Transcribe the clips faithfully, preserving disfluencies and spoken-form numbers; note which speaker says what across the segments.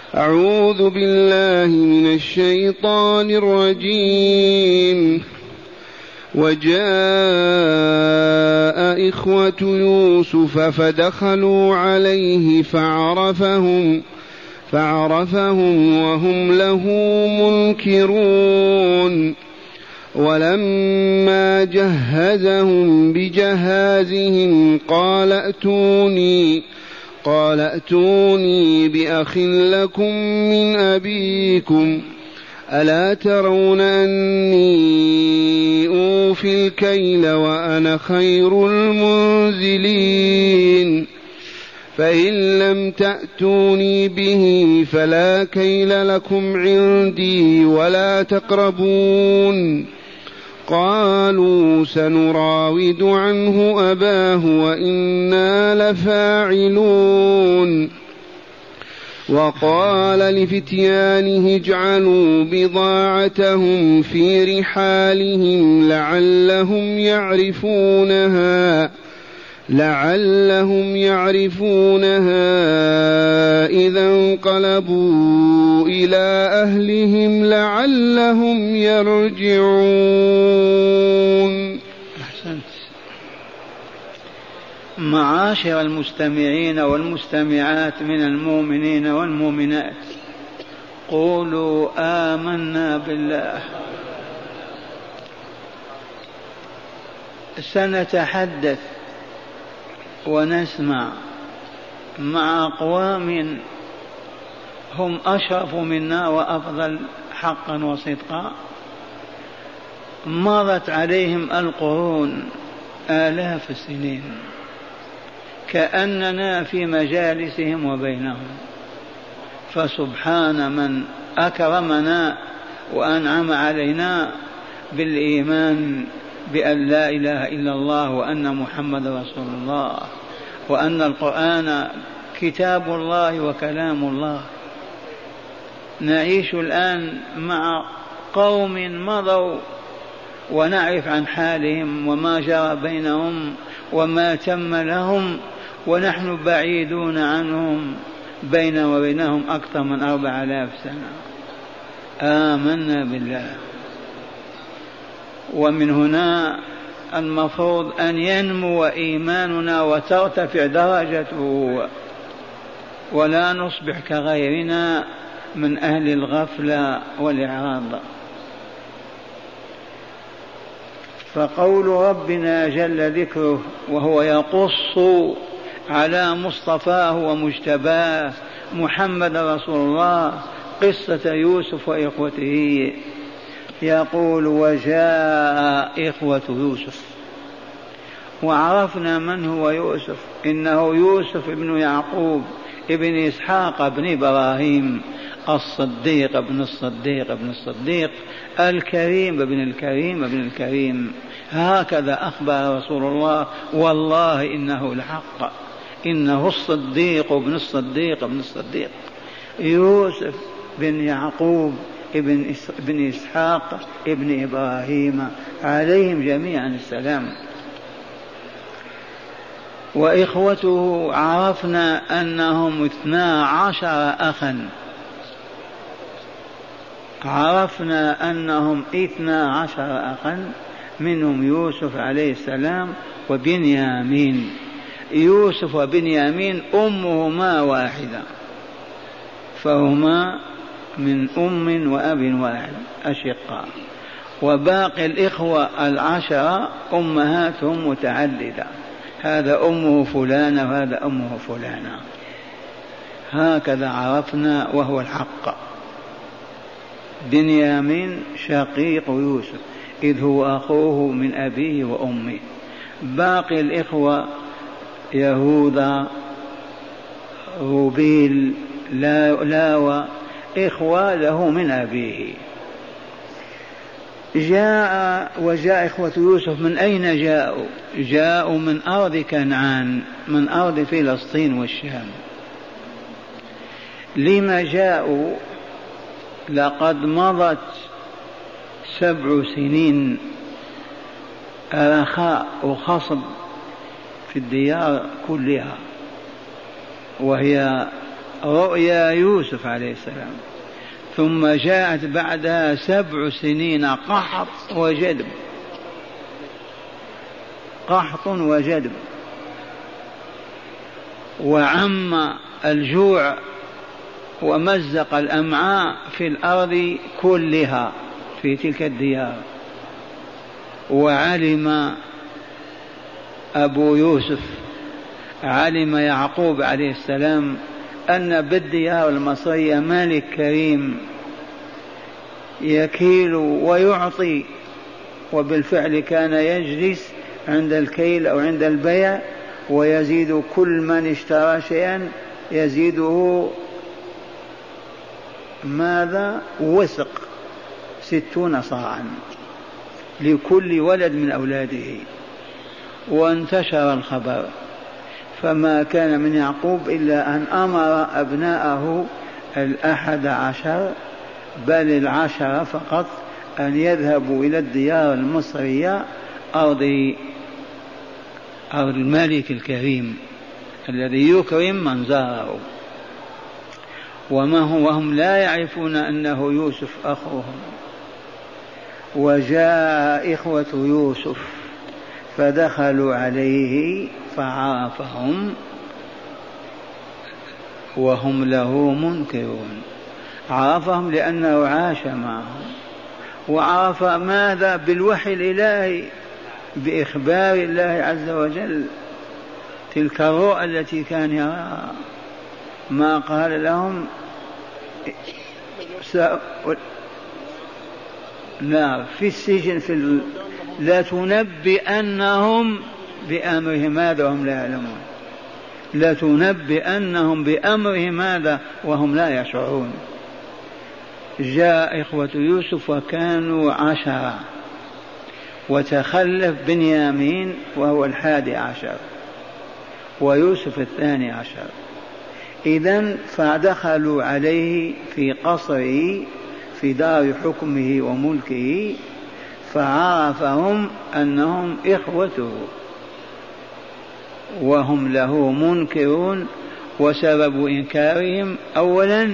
Speaker 1: أعوذ بالله من الشيطان الرجيم. وجاء إخوة يوسف فدخلوا عليه فعرفهم فعرفهم وهم له منكرون. ولما جهزهم بجهازهم قال ائتوني قال ائتوني بأخ لكم من أبيكم ألا ترون أني أوفي الكيل وأنا خير المنزلين فإن لم تأتوني به فلا كيل لكم عندي ولا تقربون. قالوا سنراود عنه أباه وإنا لفاعلون. وقال لفتيانه اجعلوا بضاعتهم في رحالهم لعلهم يعرفونها لعلهم يعرفونها إذا انقلبوا إلى أهلهم لعلهم يرجعون.
Speaker 2: أحسنت. معاشر المستمعين والمستمعات من المؤمنين والمؤمنات، قولوا آمنا بالله. سنتحدث ونسمع مع أقوام هم أشرف منا وأفضل حقا وصدقا، مرت عليهم القرون آلاف السنين كأننا في مجالسهم وبينهم، فسبحان من أكرمنا وأنعم علينا بالإيمان بأن لا إله إلا الله وأن محمد رسول الله وأن القرآن كتاب الله وكلام الله. نعيش الآن مع قوم مضوا ونعرف عن حالهم وما جرى بينهم وما تم لهم، ونحن بعيدون عنهم، بين وبينهم أكثر من أربع آلاف سنة. آمنا بالله. ومن هنا المفروض أن ينمو إيماننا وترتفع درجته، ولا نصبح كغيرنا من أهل الغفلة والإعراض. فقول ربنا جل ذكره وهو يقص على مصطفاه ومجتباه محمد رسول الله قصة يوسف وإخوته، يقول وجاء إخوة يوسف. وعرفنا من هو يوسف، إنه يوسف ابن يعقوب ابن إسحاق ابن إبراهيم الصديق ابن الصديق ابن الصديق الكريم ابن الكريم ابن الكريم. هكذا أخبر رسول الله، والله إنه لحق، إنه الصديق ابن الصديق ابن الصديق يوسف بن يعقوب ابن ابن إسحاق ابن إبراهيم عليهم جميعا السلام. وإخوته عرفنا أنهم اثنا عشر أخا، عرفنا أنهم اثنا عشر أخا، منهم يوسف عليه السلام وبنيامين. يوسف وبنيامين أمهما واحدة، فهما من أم وأب واحد أشقاء، وباقي الإخوة العشرة أمهاتهم متعددة، هذا أمه فلانة وهذا أمه فلانة. هكذا عرفنا وهو الحق. بنيامين شقيق يوسف إذ هو أخوه من أبيه وأمه. باقي الإخوة يهوذا روبيل لاوى إخوة له من أبيه. جاء وجاء إخوة يوسف من أين جاءوا؟ جاءوا من أرض كنعان، من أرض فلسطين والشام. لما جاءوا؟ لقد مضت سبع سنين رخاء وخصب في الديار كلها، وهي رؤيا يوسف عليه السلام. ثم جاءت بعدها سبع سنين قحط وجدب، قحط وجدب، وعم الجوع ومزق الأمعاء في الأرض كلها في تلك الديار. وعلم أبو يوسف، علم يعقوب عليه السلام أن بالديار المصرية ملك كريم يكيل ويعطي، وبالفعل كان يجلس عند الكيل أو عند البيع ويزيد كل من اشترى شيئا يزيده ماذا؟ وسق، ستون صاعا لكل ولد من أولاده. وانتشر الخبر، فما كان من يعقوب إلا أن أمر أبناءه الأحد عشر بل العشر فقط أن يذهبوا إلى الديار المصرية أرض أرض الملك الكريم الذي يكرم من زاره. وما هو وهم لا يعرفون أنه يوسف أخوهم. وجاء إخوة يوسف فدخلوا عليه فعرفهم وهم له منكرون. عرفهم لأنه عاش معهم، وعرف ماذا؟ بالوحي الإلهي، بإخبار الله عز وجل تلك الرؤى التي كان يراها. ما قال لهم س... لا في السجن في ال... لا تنبئنهم بأمرهم هذا وهم لا يعلمون، لا تنبئنهم بأمرهم هذا وهم لا يشعرون. جاء إخوة يوسف وكانوا عشرة، وتخلف بنيامين وهو الحادي عشر ويوسف الثاني عشر. إذن فدخلوا عليه في قصره في دار حكمه وملكه فعرفهم أنهم إخوته وهم له منكرون. وسبب إنكارهم أولا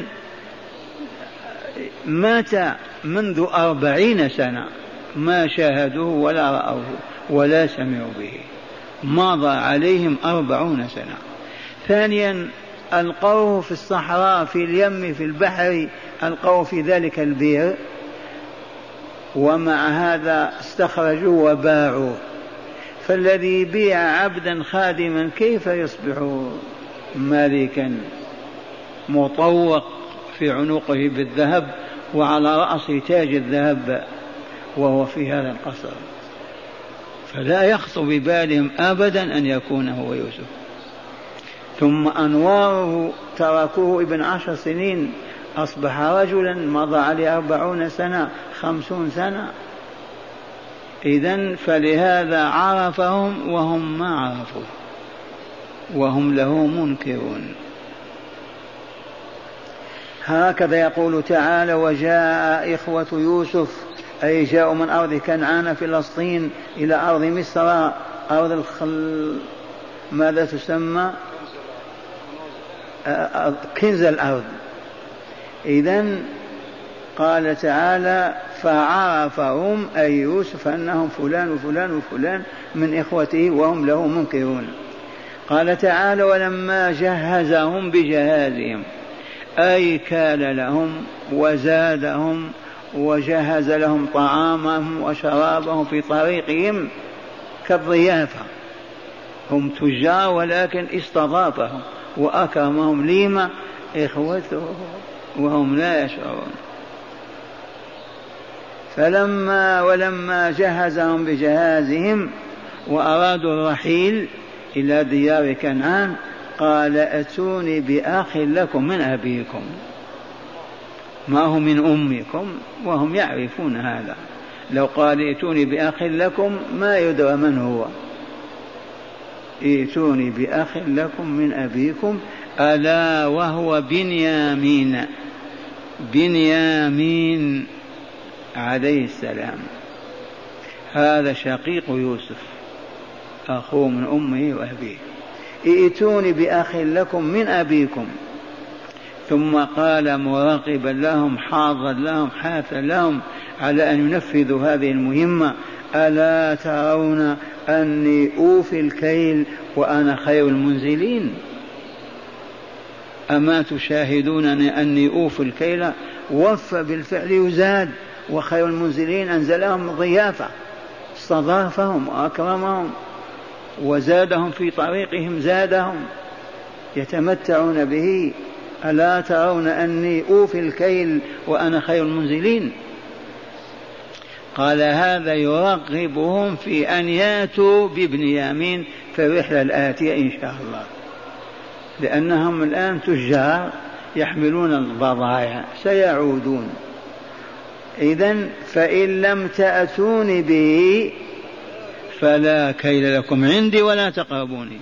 Speaker 2: مات منذ أربعين سنة ما شاهدوه ولا رأوه ولا سمعوا به، مضى عليهم أربعون سنة. ثانيا ألقوه في الصحراء في اليم في البحر، ألقوه في ذلك البئر، ومع هذا استخرجوا وباعوا. فالذي بيع عبدا خادما كيف يصبح مالكا مطوق في عنقه بالذهب وعلى رأسه تاج الذهب وهو في هذا القصر؟ فلا يخطر ببالهم أبدا أن يكون هو يوسف. ثم أنواره تركوه ابن عشر سنين أصبح رجلا مضى عليه أربعون سنة خمسون سنة. إذن فلهذا عرفهم وهم ما عرفوا وهم له منكرون. هكذا يقول تعالى: وجاء إخوة يوسف، أي جاءوا من أرض كنعان فلسطين إلى أرض مصر، أرض الخل... ماذا تسمى؟ كنز الأرض. إذن قال تعالى: فعرفهم أي يوسف أنهم فلان وفلان وفلان من إخوته وهم له منكرون. قال تعالى: ولما جهزهم بجهازهم، أي كال لهم وزادهم وجهز لهم طعامهم وشرابهم في طريقهم كالضيافة، هم تجار ولكن استضافهم وأكرمهم لما إخوته وهم لا يشعرون. فلما ولما جهزهم بجهازهم وأرادوا الرحيل إلى ديار كنعان قال: أتوني بأخ لكم من أبيكم، ما هو من أمكم، وهم يعرفون هذا. لو قال: ائتوني بأخ لكم ما يدرى من هو. ائتوني بأخ لكم من أبيكم، ألا وهو بنيامين، بنيامين عليه السلام، هذا شقيق يوسف أخوه من أمه وأبيه. ائتوني بأخ لكم من أبيكم. ثم قال مراقبا لهم حاضا لهم حاثا لهم على أن ينفذوا هذه المهمة: ألا ترون أني أوفي الكيل وأنا خير المنزلين؟ أما تشاهدون أني أوفي الكيل؟ وفى بالفعل يزاد، وخير المنزلين أنزلهم ضيافة، استضافهم وأكرمهم وزادهم في طريقهم، زادهم يتمتعون به. ألا ترون أني أوفي الكيل وأنا خير المنزلين؟ قال هذا يرغبهم في أن ياتوا بابن يامين في الرحلة الآتية إن شاء الله، لأنهم الآن تجار يحملون البضائع سيعودون. إذن فإن لم تأتوني به فلا كيل لكم عندي ولا تقربوني.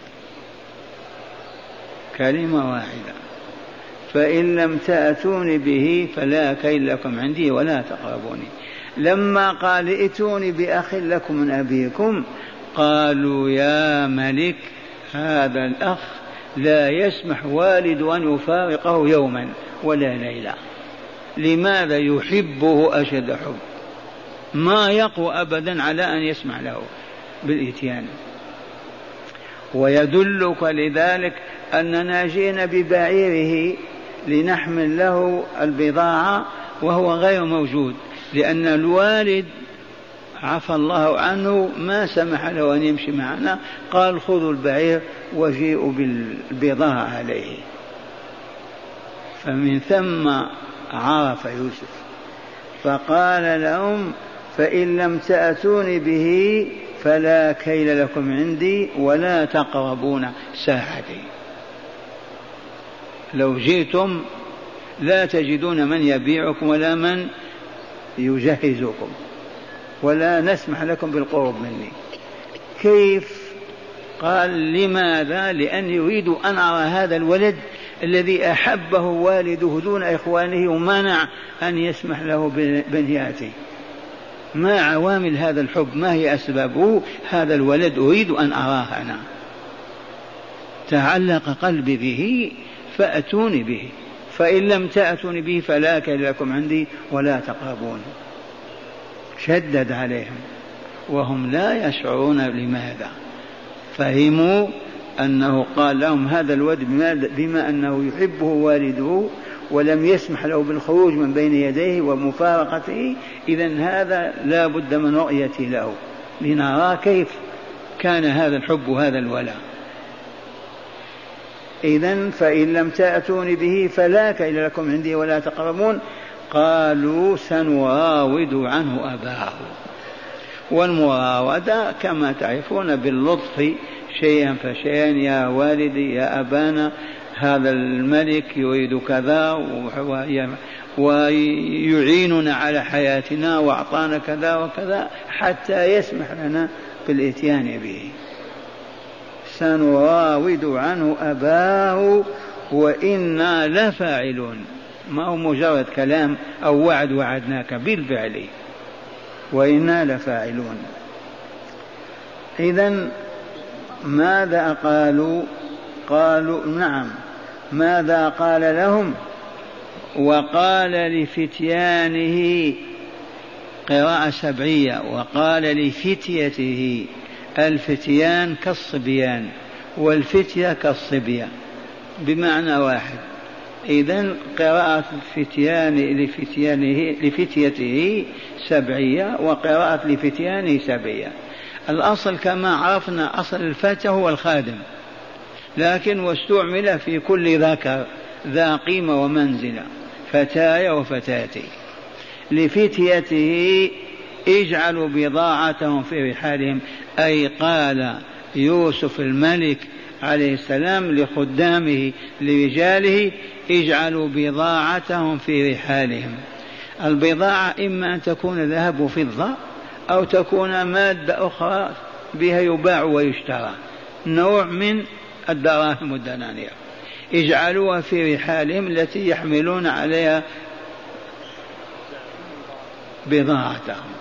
Speaker 2: كلمة واحدة: فإن لم تأتوني به فلا كيل لكم عندي ولا تقربوني. لما قال ائتوني بأخ لكم من أبيكم قالوا يا ملك هذا الأخ لا يسمح والد أن يفارقه يوما ولا ليلة. لماذا؟ يحبه أشد حب، ما يقوى أبدا على أن يسمح له بالإتيان. ويدلك لذلك أننا جئنا ببعيره لنحمل له البضاعة وهو غير موجود، لأن الوالد عفى الله عنه ما سمح له أن يمشي معنا، قال خذوا البعير وجيئوا بالبضاعة عليه. فمن ثم عرف يوسف فقال لهم فإن لم تأتوني به فلا كيل لكم عندي ولا تقربون ساعتي. لو جئتم لا تجدون من يبيعكم ولا من يجهزكم ولا نسمح لكم بالقرب مني. كيف؟ قال لماذا؟ لأن يريد أن أرى هذا الولد الذي أحبه والده دون إخوانه ومنع أن يسمح له بأن يأتي. ما عوامل هذا الحب؟ ما هي أسبابه؟ هذا الولد أريد أن أراه أنا، تعلق قلبي به فأتوني به، فإن لم تأتوني به فلا كيل لكم عندي ولا تقربون. شدد عليهم وهم لا يشعرون لماذا. فهموا أنه قال لهم هذا الولد بما أنه يحبه والده ولم يسمح له بالخروج من بين يديه ومفارقته، إذن هذا لا بد من رؤيتي له لنرى كيف كان هذا الحب وهذا الولاء. إذن فإن لم تأتوني به فلا كيل لكم عندي ولا تقربون. قالوا سنراود عنه أباه. والمراودة كما تعرفون باللطف شيئا فشيئا: يا والدي يا أبانا هذا الملك يريد كذا ويعيننا على حياتنا وأعطانا كذا وكذا حتى يسمح لنا بالإتيان به. سنراود عنه أباه وإنا لفاعلون. ما هو مجرد كلام أو وعد وعدناك، بالفعل وإنا لفاعلون. إذن ماذا قالوا؟ قالوا نعم. ماذا قال لهم؟ وقال لفتيانه، قراءة سبعية، وقال لفتيته. الفتيان كالصبيان والفتية كالصبية بمعنى واحد. إذن قراءة الفتيان لفتيانه لفتيته سبعية وقراءة لفتيانه سبعية. الأصل كما عرفنا أصل الفتى هو الخادم، لكن واستعمل في كل ذكر ذا قيمة ومنزلة، فتاي وفتاتي. لفتيته اجعلوا بضاعتهم في رحالهم، أي قال يوسف الملك عليه السلام لخدامه لرجاله اجعلوا بضاعتهم في رحالهم. البضاعة إما أن تكون ذهب وفضة أو تكون مادة أخرى بها يباع ويشترى، نوع من الدراهم والدنانير. اجعلوها في رحالهم التي يحملون عليها بضاعتهم.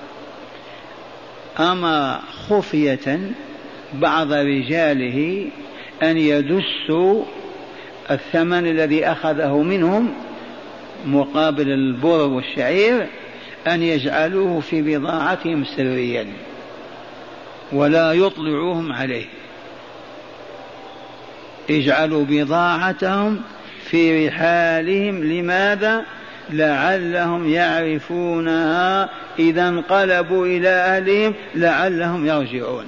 Speaker 2: أمر خفية بعض رجاله أن يدسوا الثمن الذي أخذه منهم مقابل البر والشعير أن يجعلوه في بضاعتهم سريا ولا يطلعوهم عليه. اجعلوا بضاعتهم في رحالهم. لماذا؟ لعلهم يعرفونها إذا انقلبوا إلى أهلهم لعلهم يرجعون.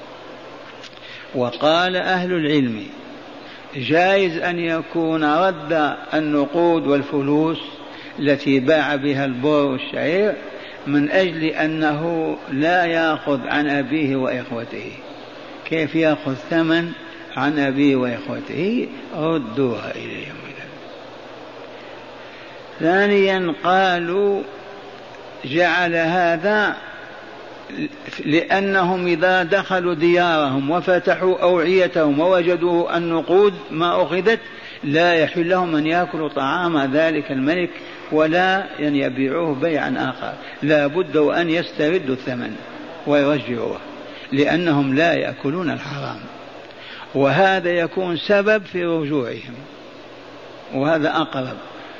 Speaker 2: وقال أهل العلم جائز أن يكون رد النقود والفلوس التي باع بها البر والشعير من أجل أنه لا يأخذ عن أبيه وإخوته. كيف يأخذ ثمن عن أبيه وإخوته؟ ردوها إليهم. ثانيا قالوا جعل هذا لأنهم إذا دخلوا ديارهم وفتحوا أوعيتهم ووجدوا النقود ما أخذت لا يحل لهم أن يأكلوا طعام ذلك الملك ولا أن يبيعوه بيعا آخر، لا بد وأن يستردوا الثمن ويرجعوه لأنهم لا يأكلون الحرام، وهذا يكون سبب في رجوعهم، وهذا أقرب،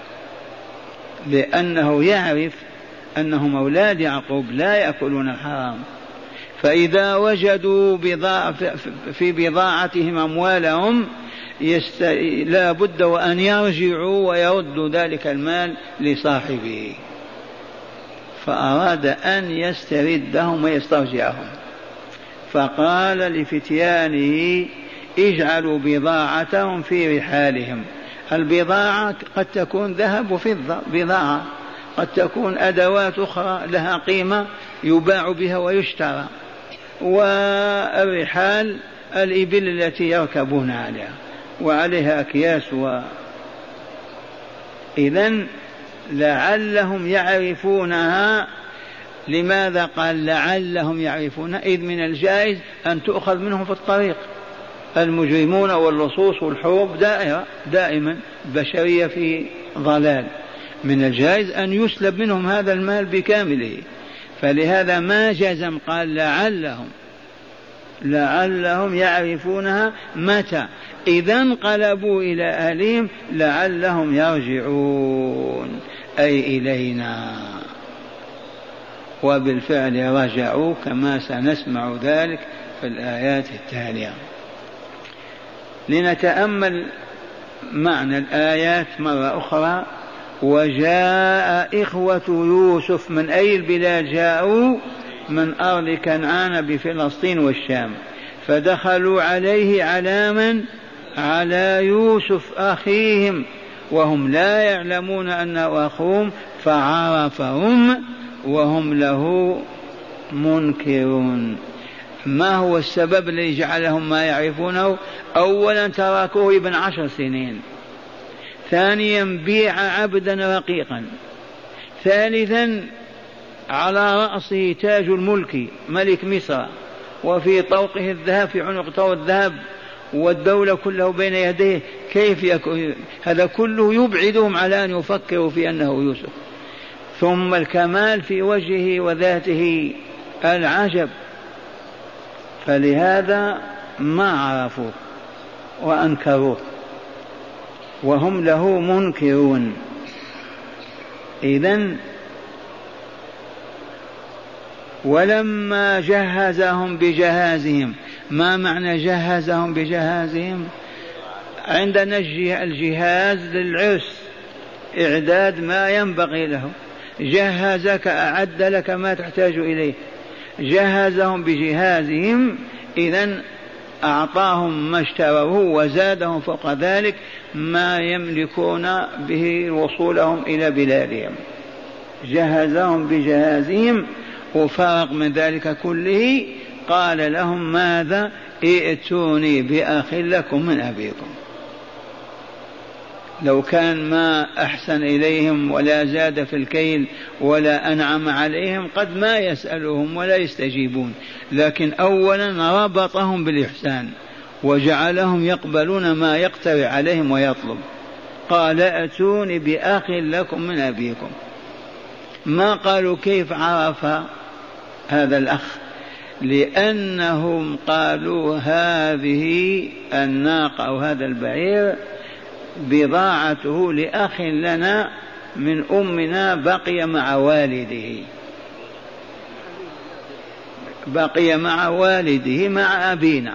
Speaker 2: لأنه يعرف أنهم أولاد يعقوب لا يأكلون الحرام، فإذا وجدوا بضاعة في بضاعتهم أموالهم يست... لا بد وأن يرجعوا ويردوا ذلك المال لصاحبه، فأراد أن يستردهم ويسترجعهم، فقال لفتيانه اجعلوا بضاعتهم في رحالهم. البضاعة قد تكون ذهب وفضة، بضاعة قد تكون أدوات أخرى لها قيمة يباع بها ويشترى، والرحال الإبل التي يركبون عليها وعليها أكياس و... إذن لعلهم يعرفونها. لماذا قال لعلهم يعرفونها؟ إذ من الجائز أن تؤخذ منهم في الطريق. المجرمون واللصوص والحروب دائرة دائما، بشرية في ضلال، من الجائز أن يسلب منهم هذا المال بكامله، فلهذا ما جزم، قال لعلهم لعلهم يعرفونها متى؟ إذا انقلبوا إلى أهلهم لعلهم يرجعون، أي إلينا. وبالفعل رجعوا كما سنسمع ذلك في الآيات التالية. لنتأمل معنى الآيات مرة أخرى. وجاء إخوة يوسف من أي البلاد جاءوا؟ من أرض كنعان بفلسطين والشام، فدخلوا عليه علاما على يوسف أخيهم وهم لا يعلمون أنه أخوهم، فعرفهم وهم له منكرون. ما هو السبب الذي جعلهم ما يعرفونه؟ أولا تركوه ابن عشر سنين، ثانيا بيع عبدا رقيقا، ثالثا على رأسه تاج الملك ملك مصر، وفي طوقه الذهب، في عنق طوق الذهب، والدولة كله بين يديه. كيف يكون هذا كله؟ يبعدهم على أن يفكروا في أنه يوسف. ثم الكمال في وجهه وذاته العجب، فلهذا ما عرفوه وأنكروه وهم له منكرون. إذن ولما جهزهم بجهازهم. ما معنى جهزهم بجهازهم؟ عندنا الجهاز للعرس، إعداد ما ينبغي له، جهزك أعد لك ما تحتاج إليه، جهزهم بجهازهم، إذن أعطاهم ما اشتروه وزادهم فوق ذلك ما يملكون به وصولهم إلى بلادهم. جهزهم بجهازهم، وفرق من ذلك كله قال لهم ماذا؟ ائتوني بأخ لكم من أبيكم. لو كان ما أحسن إليهم ولا زاد في الكيل ولا أنعم عليهم قد ما يسألهم ولا يستجيبون، لكن أولا ربطهم بالإحسان وجعلهم يقبلون ما يقترح عليهم ويطلب. قال ائتوني بأخ لكم من أبيكم. ما قالوا كيف عرف هذا الأخ؟ لأنهم قالوا هذه الناقة أو هذا البعير بضاعته لأخ لنا من أمنا بقي مع والده، بقي مع والده مع أبينا.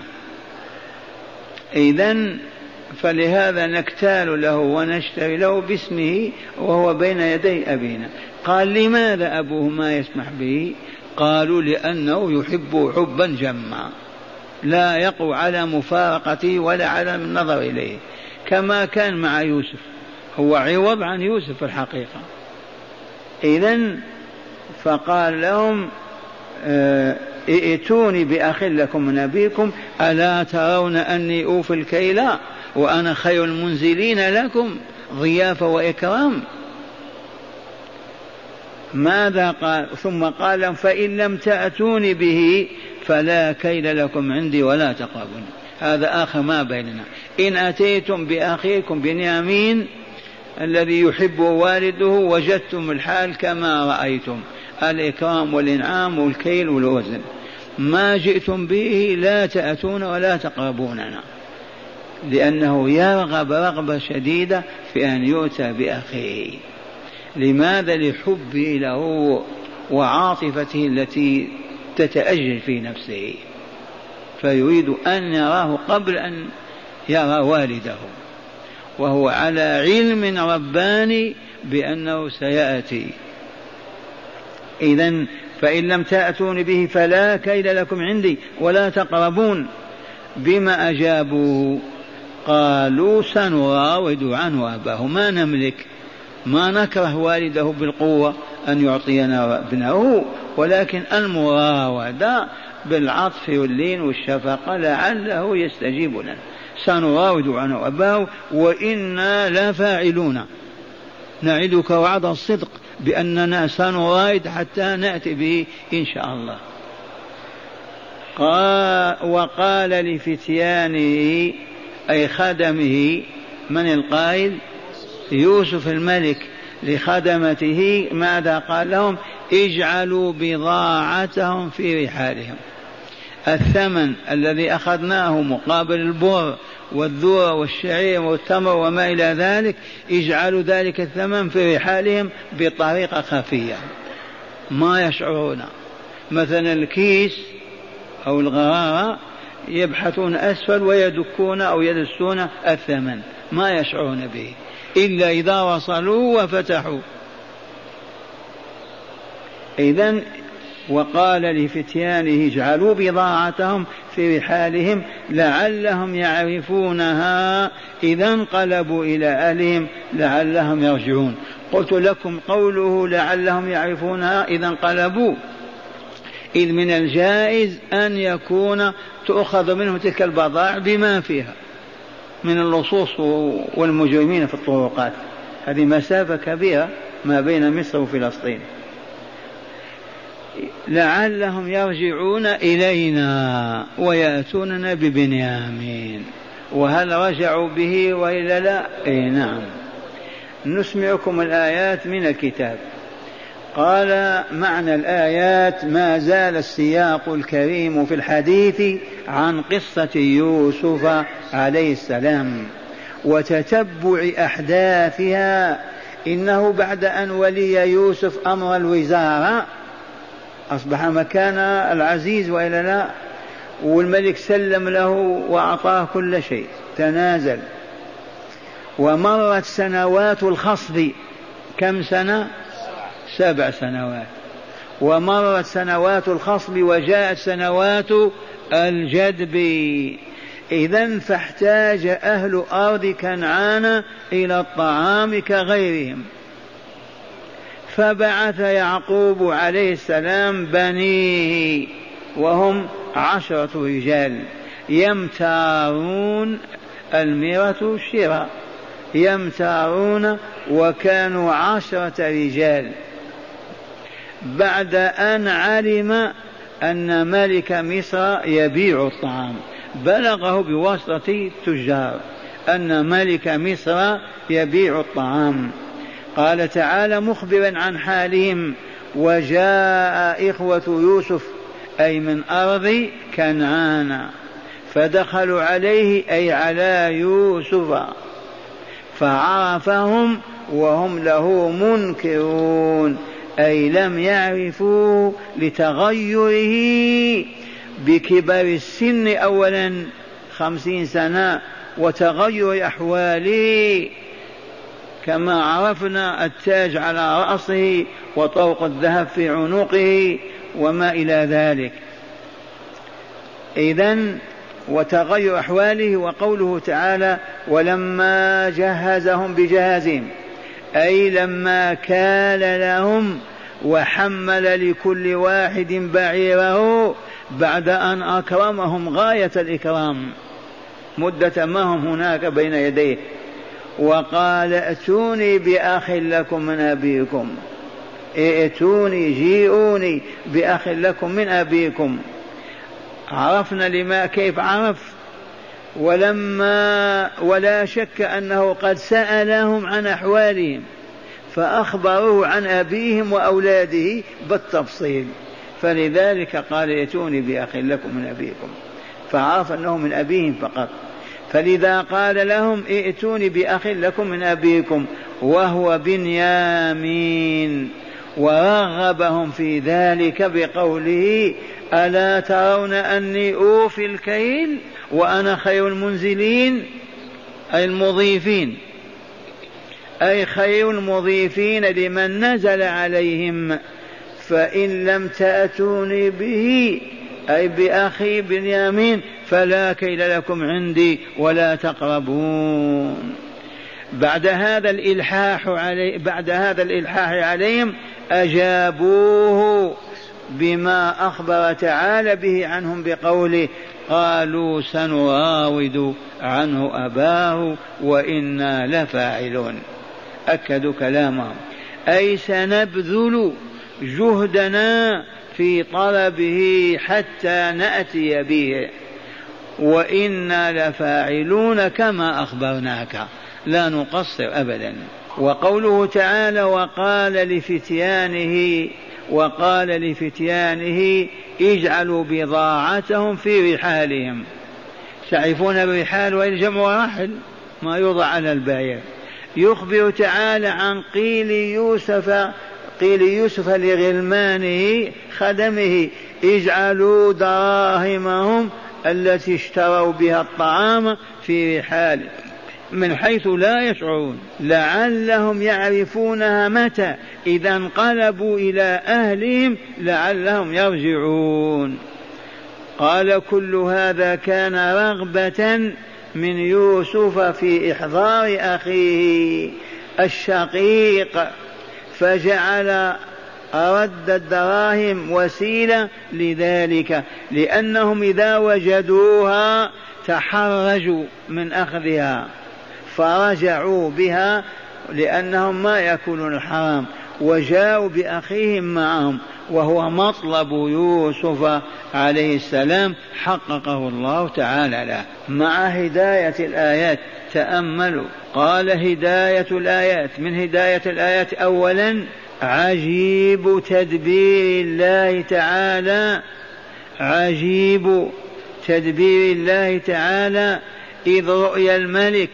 Speaker 2: إذن فلهذا نكتال له ونشتري له باسمه وهو بين يدي أبينا. قال لماذا أبوه ما يسمح به؟ قالوا لأنه يحب حبا جما لا يقوى على مفارقته ولا على النظر إليه، كما كان مع يوسف، هو عوض عن يوسف في الحقيقة. إذن فقال لهم ائتوني بأخ لكم من أبيكم ألا ترون أني أوفي الكيل وأنا خير المنزلين لكم ضيافة وإكرام. ماذا قال؟ ثم قال لهم فإن لم تأتوني به فلا كيل لكم عندي ولا تقربون. هذا آخر ما بيننا. إن أتيتم بأخيكم بنيامين الذي يحب والده وجدتم الحال كما رأيتم، الإكرام والإنعام والكيل والوزن. ما جئتم به لا تأتون ولا تقربوننا، لأنه يرغب رغبة شديدة في أن يؤتى بأخيه. لماذا؟ لحبه له وعاطفته التي تتأجج في نفسه، فيريد أن يراه قبل أن يرى والده، وهو على علم رباني بأنه سيأتي. إذن فإن لم تأتون به فلا كيل لكم عندي ولا تقربون. بما أجابوا؟ قالوا سنراود عنه أباه، ما نملك، ما نكره والده بالقوة أن يعطينا ابنه، ولكن المراودة بالعطف واللين والشفقة لعله يستجيب لنا. سنراود عنه أباه وإنا لفاعلون، نعدك وعد الصدق بأننا سنراود حتى نأتي به إن شاء الله. قال وقال لفتيانه أي خدمه، من القائل؟ يوسف الملك، لخدمته ماذا قال لهم؟ اجعلوا بضاعتهم في رحالهم، الثمن الذي أخذناه مقابل البر والذرة والشعير والتمر وما إلى ذلك، اجعلوا ذلك الثمن في رحالهم بطريقة خفية ما يشعرون. مثلا الكيس أو الغرارة يبحثون أسفل ويدكون أو يدسون الثمن، ما يشعرون به إلا إذا وصلوا وفتحوا. إذن وقال لفتيانه اجعلوا بضاعتهم في رحالهم لعلهم يعرفونها إذا انقلبوا إلى أهلهم لعلهم يرجعون. قلت لكم قوله لعلهم يعرفونها إذا انقلبوا، إذ من الجائز أن يكون تؤخذ منه تلك البضائع بما فيها من اللصوص والمجرمين في الطرقات، هذه مسافة كبيرة ما بين مصر وفلسطين. لعلهم يرجعون إلينا ويأتوننا ببنيامين. وهل رجعوا به وإلا لا؟ أي نعم. نسمعكم الآيات من الكتاب. قال معنى الآيات: ما زال السياق الكريم في الحديث عن قصة يوسف عليه السلام وتتبع أحداثها. إنه بعد أن ولي يوسف أمر الوزارة أصبح مكان العزيز وإلا لا، والملك سلم له وأعطاه كل شيء، تنازل. ومرت سنوات الخصب، كم سنة؟ سبع سنوات. ومرت سنوات الخصب وجاءت سنوات الجدب. إذن فاحتاج أهل أرض كنعان إلى الطعام كغيرهم، فبعث يعقوب عليه السلام بنيه وهم عشرة رجال يمتارون، الميرة الشراء، يمتارون، وكانوا عشرة رجال. بعد أن علم أن ملك مصر يبيع الطعام، بلغه بواسطة التجار أن ملك مصر يبيع الطعام. قال تعالى مخبرا عن حالهم: وجاء إخوة يوسف أي من أرض كنعان فدخلوا عليه أي على يوسف فعرفهم وهم له منكرون، أي لم يعرفوا لتغيره بكبر السن أولا خمسين سنة وتغير أحواله، كما عرفنا التاج على رأسه وطوق الذهب في عنقه وما إلى ذلك. إذن وتغير أحواله. وقوله تعالى ولما جهزهم بجهازهم، أي لما كال لهم وحمل لكل واحد بعيره بعد أن أكرمهم غاية الإكرام مدة ما هم هناك بين يديه، وقال ائتوني بأخ لكم من أبيكم، ائتوني جيئوني بأخ لكم من أبيكم. عرفنا لما كيف عرف. ولما ولا شك أنه قد سألهم عن أحوالهم فأخبروه عن أبيهم وأولاده بالتفصيل، فلذلك قال ائتوني بأخ لكم من أبيكم، فعرف أنه من أبيهم فقط. فلذا قال لهم ائتوني بأخ لكم من أبيكم وهو بنيامين، ورغبهم في ذلك بقوله ألا ترون أني أوفي الكيل وأنا خير المنزلين، أي المضيفين، أي خير المضيفين لمن نزل عليهم. فإن لم تأتوني به أي بأخي بنيامين فلا كيل لكم عندي ولا تقربون. بعد هذا الإلحاح علي بعد هذا الإلحاح عليهم أجابوه بما أخبر تعالى به عنهم بقوله قالوا سنراود عنه أباه وإنا لفاعلون. أكدوا كلامهم، أي سنبذل جهدنا في طلبه حتى نأتي به وإنا لفاعلون كما أخبرناك، لا نقصر أبدا. وقوله تعالى وقال لفتيانه وقال لفتيانه اجعلوا بضاعتهم في رحالهم. تعرفون الرحال والجمع رحل ما يوضع على البعير. يخبر تعالى عن قيل يوسف قيل يوسف لغلمانه خدمه اجعلوا دراهمهم التي اشتروا بها الطعام في رحال من حيث لا يشعرون لعلهم يعرفونها متى إذا انقلبوا إلى أهلهم لعلهم يرجعون. قال كل هذا كان رغبة من يوسف في إحضار أخيه الشقيق، فجعل رد الدراهم وسيلة لذلك، لأنهم إذا وجدوها تحرجوا من أخذها فرجعوا بها لأنهم ما يأكلون الحرام، وجاءوا بأخيهم معهم وهو مطلب يوسف عليه السلام حققه الله تعالى له مع هداية الآيات. تأملوا، قال هداية الآيات، من هداية الآيات أولا عجيب تدبير الله تعالى، عجيب تدبير الله تعالى إذ رؤيا الملك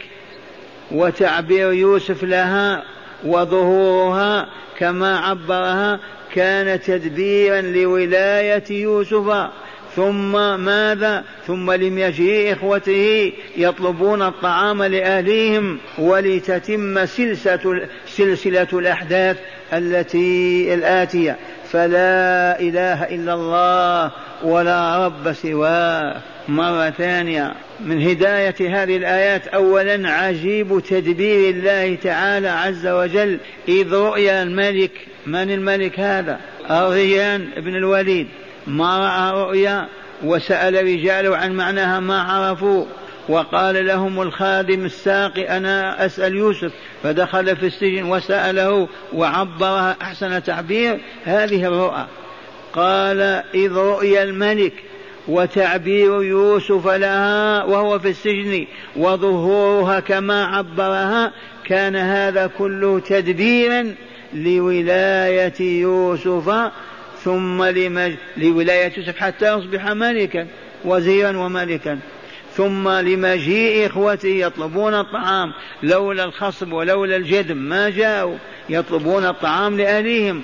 Speaker 2: وتعبير يوسف لها وظهورها كما عبرها كان تدبيرا لولاية يوسف. ثم ماذا؟ ثم لمجيء إخوته يطلبون الطعام لأهليهم ولتتم سلسلة, سلسلة الأحداث التي الآتية. فلا إله إلا الله ولا رب سواه. مرة ثانية من هداية هذه الآيات أولا عجيب تدبير الله تعالى عز وجل إذ رؤيا الملك. من الملك هذا؟ الريان ابن الوليد ما رأى رؤيا وسأل رجاله عن معناها ما عرفوا، وقال لهم الخادم الساقي أنا أسأل يوسف، فدخل في السجن وسأله وعبرها أحسن تعبير هذه الرؤى. قال إذ رؤيا الملك وتعبير يوسف لها وهو في السجن وظهورها كما عبرها كان هذا كله تدبيرا لولاية يوسف ثم لمج... لولاية يوسف حتى يصبح ملكا وزيرا وملكا، ثم لمجيء إخوته يطلبون الطعام، لولا الخصب ولولا الجدب ما جاءوا، يطلبون الطعام لأهليهم.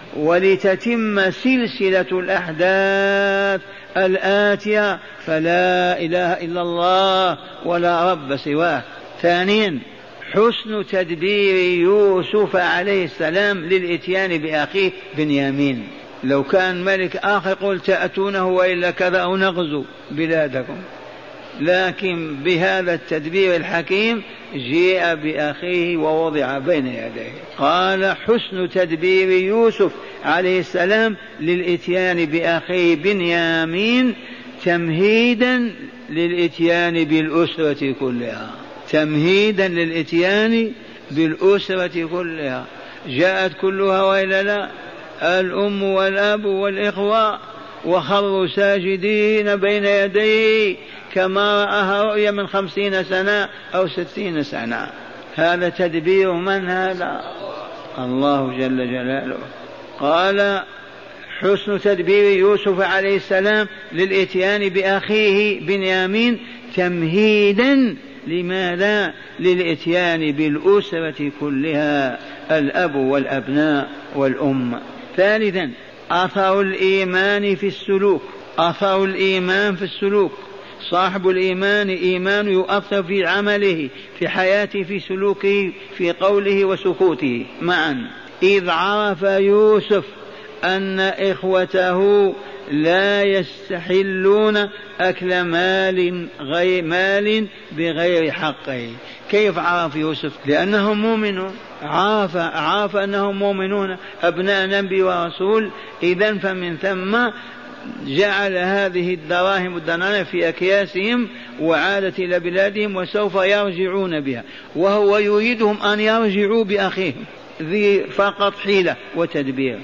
Speaker 2: ولتتم سلسلة الأحداث الآتية، فلا إله إلا الله ولا رب سواه. ثانيا حسن تدبير يوسف عليه السلام للإتيان بأخيه بنيامين. لو كان ملك آخر قل تأتونه وإلا كذا أو نغزو بلادكم، لكن بهذا التدبير الحكيم جيء بأخيه ووضع بين يديه. قال حسن تدبير يوسف عليه السلام للإتيان بأخيه بنيامين تمهيدا للإتيان بالأسرة كلها، تمهيدا للإتيان بالأسرة كلها. جاءت كلها وإلا لا؟ الأم والأب والإخوة وخروا ساجدين بين يديه كما رآها رؤيا من خمسين سنة أو ستين سنة. هذا تدبير من هذا؟ الله جل جلاله. قال حسن تدبير يوسف عليه السلام للإتيان بأخيه بنيامين تمهيدا لماذا؟ للإتيان بالأسرة كلها، الأب والأبناء والأم. ثالثا أثر الإيمان في السلوك، أثر الإيمان في السلوك. صاحب الإيمان إيمان يؤثر في عمله، في حياته، في سلوكه، في قوله وسكوته معا. إذ عرف يوسف أن إخوته لا يستحلون أكل مال غير مال بغير حقه. كيف عرف يوسف؟ لأنهم مؤمنون، عرف, عرف أنهم مؤمنون أبناء نبي ورسول. إذن فمن ثم جعل هذه الدراهم والدنانير في أكياسهم وعادت إلى بلادهم وسوف يرجعون بها، وهو يريدهم أن يرجعوا بأخيهم، ذي فقط حيلة وتدبير.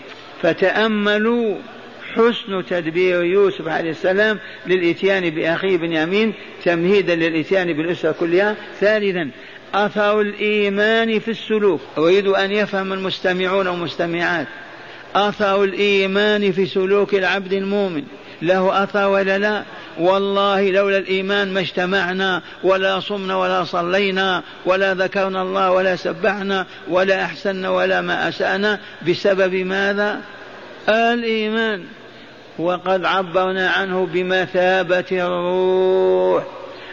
Speaker 2: فتأملوا حسن تدبير يوسف عليه السلام للإتيان بأخيه بنيامين تمهيدا للإتيان بالأسرة كلها. ثالثا أثر الإيمان في السلوك. أريد أن يفهم المستمعون والمستمعات أثر الإيمان في سلوك العبد المؤمن. له أثر ولا لا؟ والله لولا الإيمان ما اجتمعنا ولا صمنا ولا صلينا ولا ذكرنا الله ولا سبحنا ولا أحسننا ولا ما أسأنا. بسبب ماذا؟ الإيمان. وقد عبرنا عنه بمثابة الروح.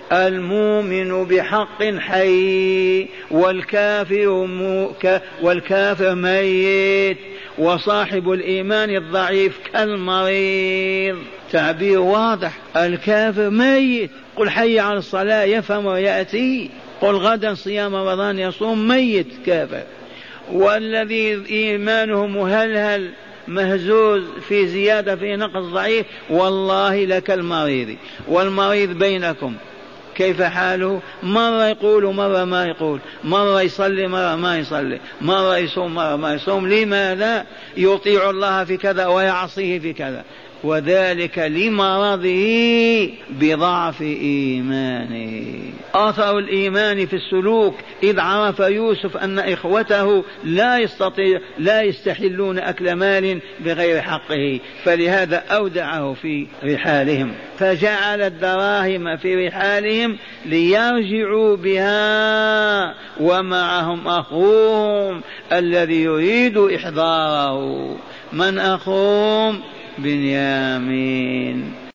Speaker 2: المؤمن بحق حي والكافر, والكافر ميت، وصاحب الإيمان الضعيف كالمريض. تعبير واضح. الكافر ميت، قل حي على الصلاة يفهم ويأتي، قل غدا صيام رمضان يصوم، ميت كافر. والذي إيمانه مهلهل مهزوز في زيادة في نقص ضعيف والله لك المريض. والمريض بينكم كيف حاله؟ مرة يقول مرة ما يقول، مرة يصلي مرة ما يصلي، مرة يصوم مرة ما يصوم. لماذا؟ يطيع الله في كذا ويعصيه في كذا، وذلك لمرضه بضعف إيمانه. أثر الإيمان في السلوك. إذ عرف يوسف أن إخوته لا يستطيع لا يستحلون أكل مال بغير حقه، فلهذا أودعه في رحالهم، فجعل الدراهم في رحالهم ليرجعوا بها ومعهم أخوهم الذي يريد إحضاره. من أخوهم؟ بنيامين.